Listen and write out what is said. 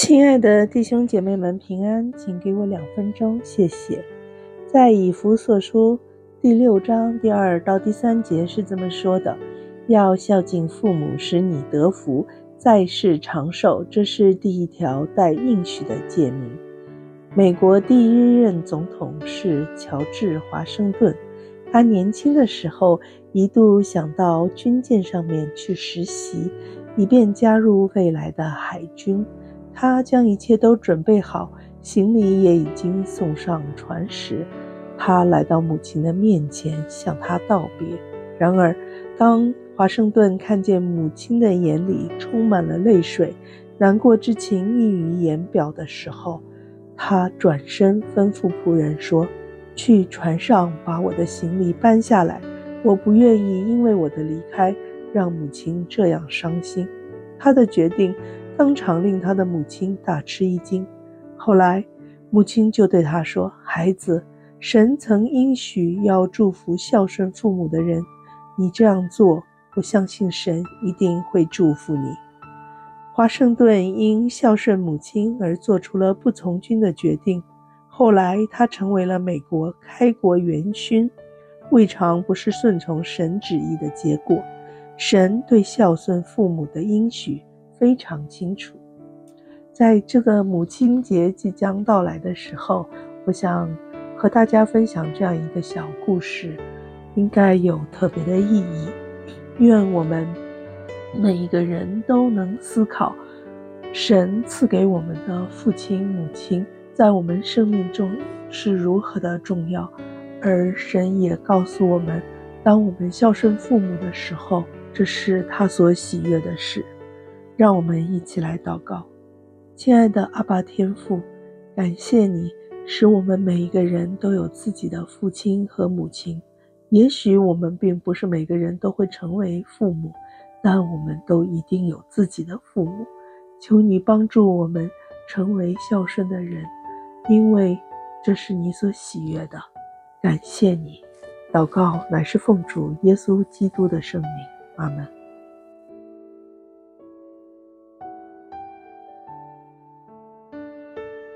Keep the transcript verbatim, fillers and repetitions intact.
亲爱的弟兄姐妹们平安，请给我两分钟，谢谢。在以弗所书第六章第二到第三节是这么说的：要孝敬父母，使你得福，在世长寿，这是第一条带应许的诫命。美国第一任总统是乔治·华盛顿，他年轻的时候一度想到军舰上面去实习，以便加入未来的海军。他将一切都准备好，行李也已经送上船时，他来到母亲的面前向她道别。然而当华盛顿看见母亲的眼里充满了泪水，难过之情溢于言表的时候，他转身吩咐仆人说：去船上把我的行李搬下来，我不愿意因为我的离开让母亲这样伤心。他的决定当场令他的母亲大吃一惊。后来母亲就对他说：孩子，神曾应许要祝福孝顺父母的人，你这样做，我相信神一定会祝福你。华盛顿因孝顺母亲而做出了不从军的决定，后来他成为了美国开国元勋，未尝不是顺从神旨意的结果。神对孝顺父母的应许非常清楚。在这个母亲节即将到来的时候，我想和大家分享这样一个小故事，应该有特别的意义。愿我们每一个人都能思考神赐给我们的父亲母亲在我们生命中是如何的重要，而神也告诉我们，当我们孝顺父母的时候，这是他所喜悦的事。让我们一起来祷告。亲爱的阿爸天父，感谢你使我们每一个人都有自己的父亲和母亲。也许我们并不是每个人都会成为父母，但我们都一定有自己的父母。求你帮助我们成为孝顺的人，因为这是你所喜悦的。感谢你。祷告乃是奉主耶稣基督的圣名，阿们。